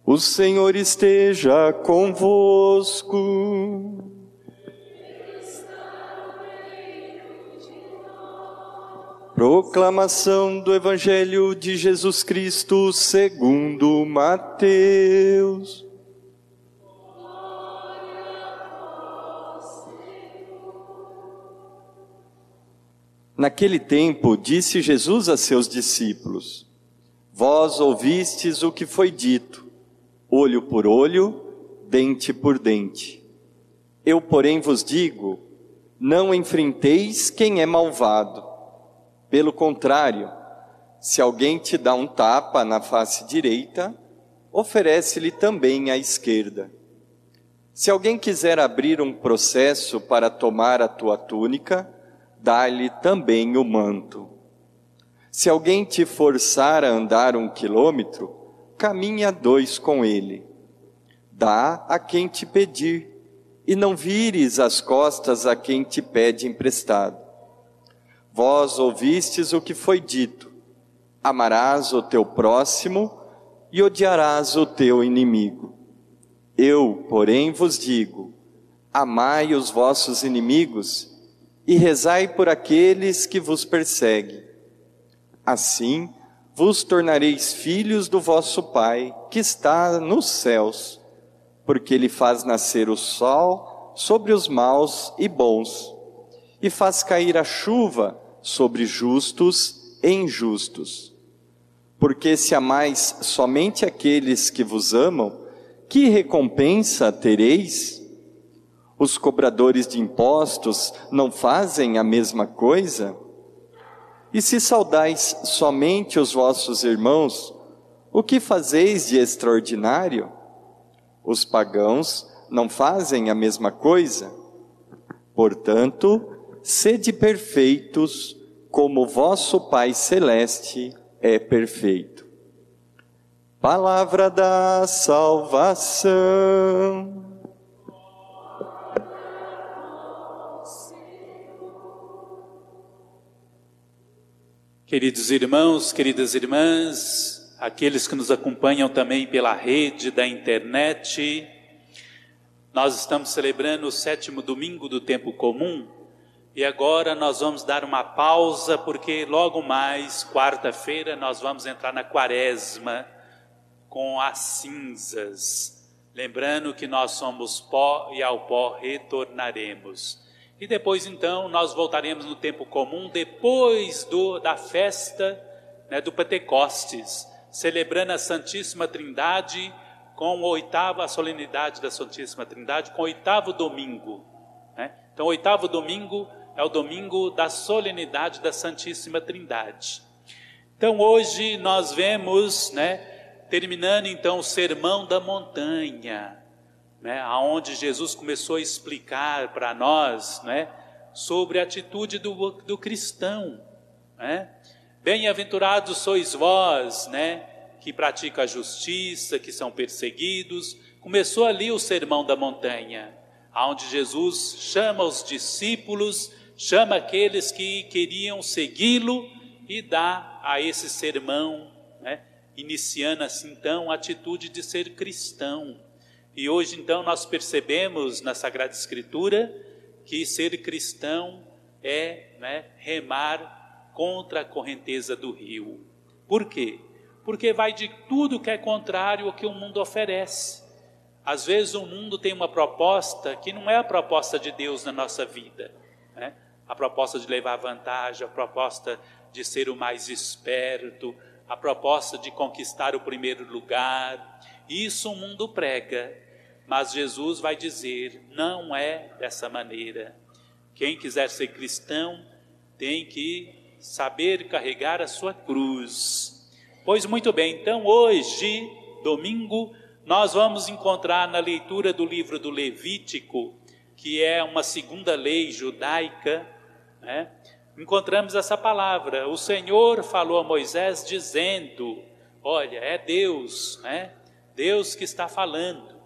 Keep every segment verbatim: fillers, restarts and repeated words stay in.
O Senhor esteja convosco. Proclamação do Evangelho de Jesus Cristo segundo Mateus. Naquele tempo, disse Jesus a seus discípulos: Vós ouvistes o que foi dito, olho por olho, dente por dente. Eu, porém, vos digo, não enfrenteis quem é malvado. Pelo contrário, se alguém te dá um tapa na face direita, oferece-lhe também a esquerda. Se alguém quiser abrir um processo para tomar a tua túnica, dá-lhe também o manto. Se alguém te forçar a andar um quilômetro, caminha dois com ele. Dá a quem te pedir, e não vires as costas a quem te pede emprestado. Vós ouvistes o que foi dito: amarás o teu próximo e odiarás o teu inimigo. Eu, porém, vos digo: amai os vossos inimigos e rezai por aqueles que vos perseguem. Assim, vos tornareis filhos do vosso Pai, que está nos céus, porque Ele faz nascer o sol sobre os maus e bons, e faz cair a chuva sobre justos e injustos. Porque se amais somente aqueles que vos amam, que recompensa tereis? Os cobradores de impostos não fazem a mesma coisa? E se saudais somente os vossos irmãos, o que fazeis de extraordinário? Os pagãos não fazem a mesma coisa? Portanto, sede perfeitos, como vosso Pai Celeste é perfeito. Palavra da salvação. Queridos irmãos, queridas irmãs, aqueles que nos acompanham também pela rede da internet, nós estamos celebrando o sétimo domingo do tempo comum. E agora nós vamos dar uma pausa, porque logo mais, quarta-feira, nós vamos entrar na quaresma com as cinzas. Lembrando que nós somos pó e ao pó retornaremos. E depois então nós voltaremos no tempo comum, depois do, da festa, né, do Pentecostes, celebrando a Santíssima Trindade com a oitava, a solenidade da Santíssima Trindade, com o oitavo domingo. Né? Então o oitavo domingo é o domingo da solenidade da Santíssima Trindade. Então hoje nós vemos, né, terminando então o Sermão da Montanha, né, onde Jesus começou a explicar para nós, né, sobre a atitude do, do cristão. Né? Bem-aventurados sois vós, né, que praticam a justiça, que são perseguidos. Começou ali o Sermão da Montanha, onde Jesus chama os discípulos, chama aqueles que queriam segui-lo e dá a esse sermão, né, iniciando assim então a atitude de ser cristão. E hoje então nós percebemos na Sagrada Escritura que ser cristão é, né, remar contra a correnteza do rio. Por quê? Porque vai de tudo que é contrário ao que o mundo oferece. Às vezes o mundo tem uma proposta que não é a proposta de Deus na nossa vida, né? A proposta de levar vantagem, a proposta de ser o mais esperto, a proposta de conquistar o primeiro lugar. Isso o mundo prega, mas Jesus vai dizer, não é dessa maneira. Quem quiser ser cristão tem que saber carregar a sua cruz. Pois muito bem, então hoje, domingo, nós vamos encontrar na leitura do livro do Levítico, que é uma segunda lei judaica, né? Encontramos essa palavra. O Senhor falou a Moisés dizendo, olha, é Deus, né? Deus que está falando.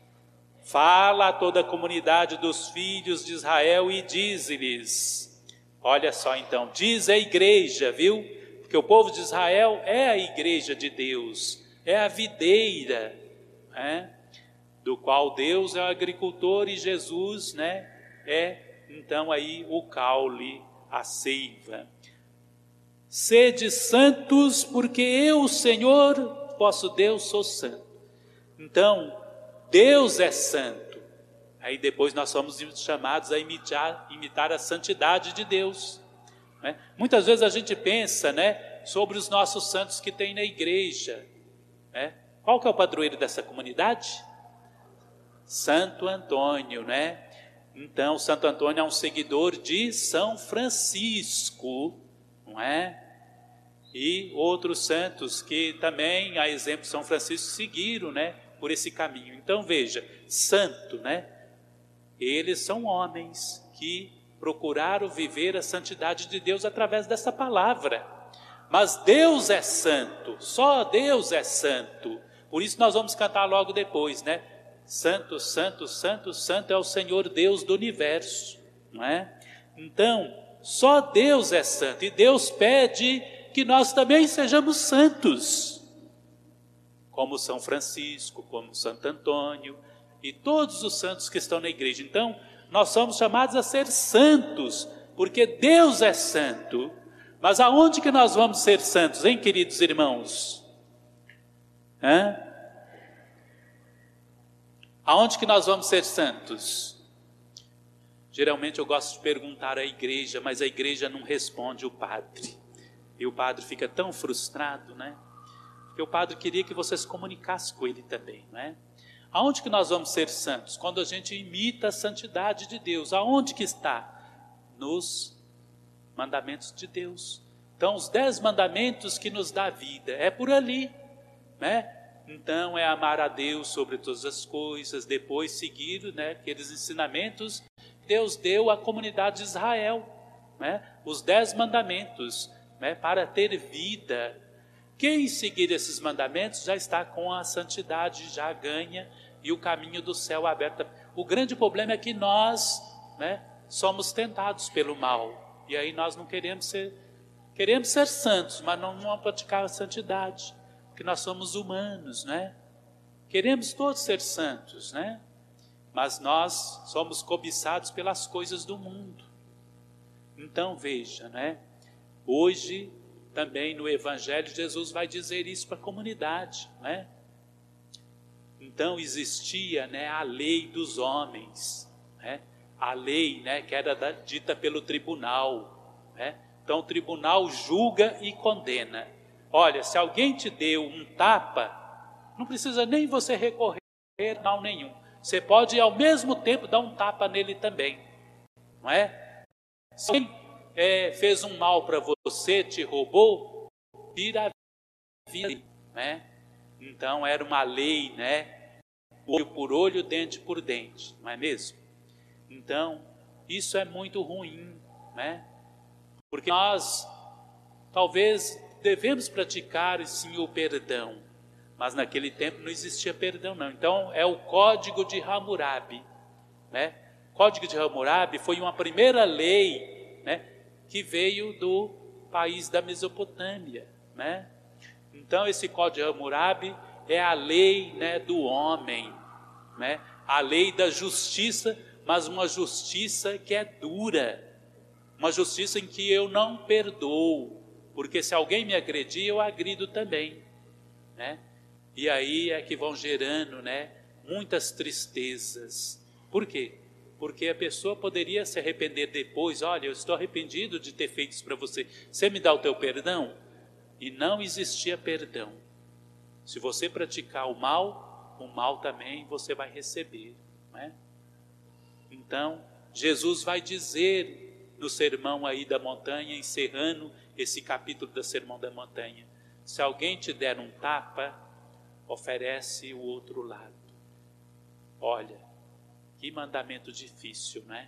Fala a toda a comunidade dos filhos de Israel e diz-lhes, olha só então, diz a igreja, viu? Porque o povo de Israel é a igreja de Deus, é a videira, né? Do qual Deus é o agricultor e Jesus, né, é então aí o caule, a seiva. Sede santos, porque eu, Senhor, vosso Deus, sou santo. Então, Deus é santo. Aí depois nós somos chamados a imitar, imitar a santidade de Deus, né? Muitas vezes a gente pensa, né, sobre os nossos santos que tem na igreja, né? Qual que é o padroeiro dessa comunidade? Santo Antônio, né? Então, Santo Antônio é um seguidor de São Francisco, não é? E outros santos que também, a exemplo de São Francisco, seguiram, né, por esse caminho. Então, veja, santo, né? Eles são homens que procuraram viver a santidade de Deus através dessa palavra. Mas Deus é santo, só Deus é santo. Por isso nós vamos cantar logo depois, né? Santo, santo, santo, santo é o Senhor Deus do universo, não é? Então, só Deus é santo, e Deus pede que nós também sejamos santos, como São Francisco, como Santo Antônio, e todos os santos que estão na igreja. Então, nós somos chamados a ser santos, porque Deus é santo. Mas aonde que nós vamos ser santos, hein, queridos irmãos? Hã? Aonde que nós vamos ser santos? Geralmente eu gosto de perguntar à igreja, mas a igreja não responde o padre. E o padre fica tão frustrado, né? Porque o padre queria que você se comunicasse com ele também, né? Aonde que nós vamos ser santos? Quando a gente imita a santidade de Deus. Aonde que está? Nos mandamentos de Deus. Então, os dez mandamentos que nos dá vida, é por ali, né? Então, é amar a Deus sobre todas as coisas, depois seguir, né, aqueles ensinamentos que Deus deu à comunidade de Israel, né? Os dez mandamentos, né, para ter vida. Quem seguir esses mandamentos já está com a santidade, já ganha, e o caminho do céu aberto. O grande problema é que nós, né, somos tentados pelo mal, e aí nós não queremos ser, queremos ser santos, mas não vamos praticar a santidade, porque nós somos humanos, né? Queremos todos ser santos, né? Mas nós somos cobiçados pelas coisas do mundo. Então veja, né? Hoje também no Evangelho Jesus vai dizer isso para a comunidade, né? Então existia, né, a lei dos homens, né? A lei, né, que era da, dita pelo tribunal, né? Então o tribunal julga e condena. Olha, se alguém te deu um tapa, não precisa nem você recorrer a tribunal nenhum. Você pode ao mesmo tempo dar um tapa nele também, não é? Se alguém é, fez um mal para você, te roubou, tira a vida, né? Então era uma lei, né? Olho por olho, dente por dente, não é mesmo? Então, isso é muito ruim, né? Porque nós, talvez, devemos praticar, sim, o perdão. Mas naquele tempo não existia perdão, não. Então, é o Código de Hammurabi, né? O Código de Hammurabi foi uma primeira lei, né, que veio do país da Mesopotâmia, né? Então, esse Código de Hammurabi é a lei, né, do homem, né? A lei da justiça, mas uma justiça que é dura, uma justiça em que eu não perdoo, porque se alguém me agredir, eu agrido também, né? E aí é que vão gerando, né, muitas tristezas. Por quê? Porque a pessoa poderia se arrepender depois. Olha, eu estou arrependido de ter feito isso para você, você me dá o teu perdão? E não existia perdão. Se você praticar o mal, o mal também você vai receber, né? Então, Jesus vai dizer no sermão aí da montanha, encerrando esse capítulo do Sermão da Montanha: se alguém te der um tapa, oferece o outro lado. Olha, que mandamento difícil, né?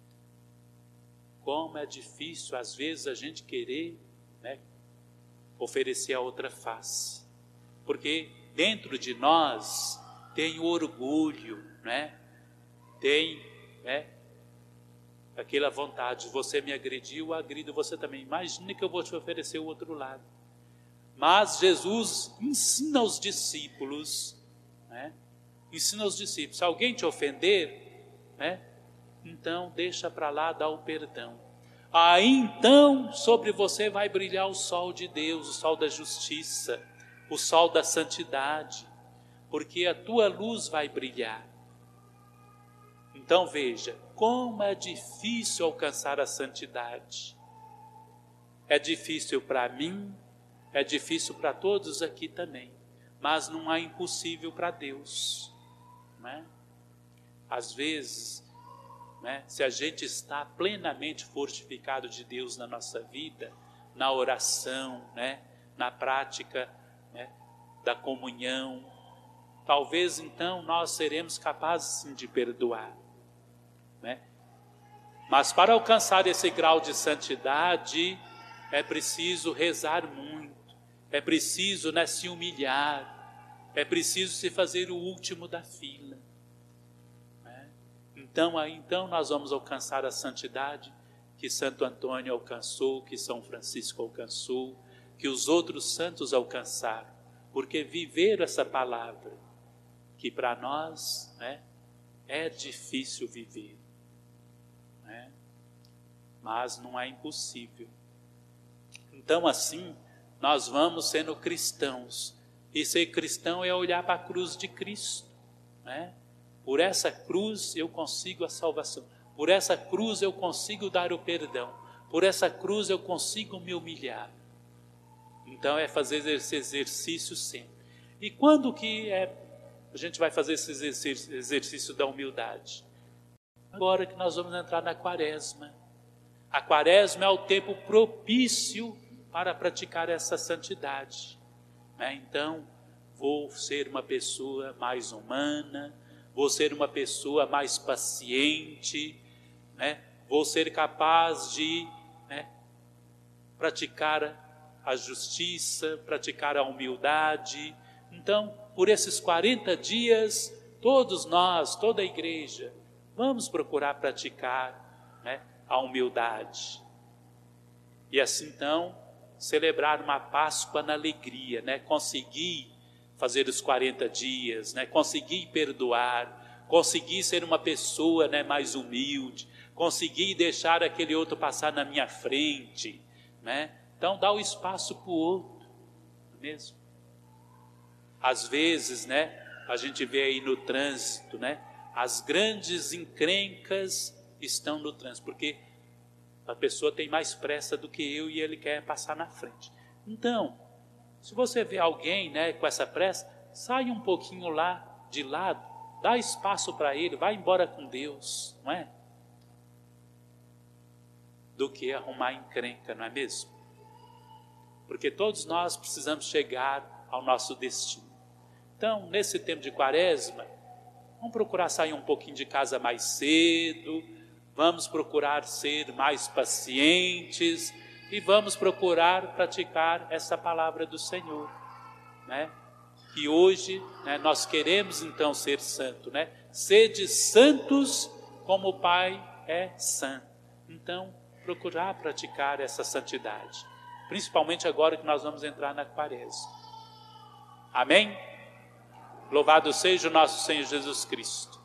Como é difícil às vezes a gente querer, né, oferecer a outra face, porque dentro de nós tem o orgulho, né? Tem, né, aquela vontade, você me agrediu, eu agrido você também. Imagine que eu vou te oferecer o outro lado. Mas Jesus ensina aos discípulos, né, ensina os discípulos, se alguém te ofender, né, então deixa para lá, dá o perdão. Aí então sobre você vai brilhar o sol de Deus, o sol da justiça, o sol da santidade, porque a tua luz vai brilhar. Então veja, como é difícil alcançar a santidade. É difícil para mim, é difícil para todos aqui também, mas não há impossível para Deus, né? Às vezes, né, se a gente está plenamente fortificado de Deus na nossa vida, na oração, né, na prática, né, da comunhão, talvez então nós seremos capazes sim, de perdoar, né? Mas para alcançar esse grau de santidade, é preciso rezar muito, é preciso, né, se humilhar, é preciso se fazer o último da fila, né? Então, aí, então nós vamos alcançar a santidade que Santo Antônio alcançou, que São Francisco alcançou, que os outros santos alcançaram, porque viveram essa palavra, que para nós, né, é difícil viver, né? Mas não é impossível. Então assim, nós vamos sendo cristãos, e ser cristão é olhar para a cruz de Cristo, né? Por essa cruz eu consigo a salvação, por essa cruz eu consigo dar o perdão, por essa cruz eu consigo me humilhar. Então é fazer esse exercício sempre. E quando que é, a gente vai fazer esse exercício, exercício da humildade? Agora que nós vamos entrar na quaresma. A quaresma é o tempo propício para praticar essa santidade, né? Então, vou ser uma pessoa mais humana, vou ser uma pessoa mais paciente, né? Vou ser capaz de, né, praticar a justiça, praticar a humildade. Então, por esses quarenta dias, todos nós, toda a igreja, vamos procurar praticar, né, a humildade. E assim então, celebrar uma Páscoa na alegria, né? Conseguir fazer os quarenta dias, né? Conseguir perdoar, conseguir ser uma pessoa, né, mais humilde, conseguir deixar aquele outro passar na minha frente, né? Então dá o espaço para o outro, não é mesmo? Às vezes, né, a gente vê aí no trânsito, né, as grandes encrencas estão no trânsito, porque a pessoa tem mais pressa do que eu e ele quer passar na frente. Então, se você vê alguém, né, com essa pressa, sai um pouquinho lá de lado, dá espaço para ele, vai embora com Deus, não é? Do que arrumar encrenca, não é mesmo? Porque todos nós precisamos chegar ao nosso destino. Então, nesse tempo de quaresma, vamos procurar sair um pouquinho de casa mais cedo, vamos procurar ser mais pacientes e vamos procurar praticar essa palavra do Senhor, né? Que hoje, né, nós queremos então ser santo, né? Sede santos como o Pai é santo. Então, procurar praticar essa santidade, principalmente agora que nós vamos entrar na quaresma. Amém? Louvado seja o nosso Senhor Jesus Cristo.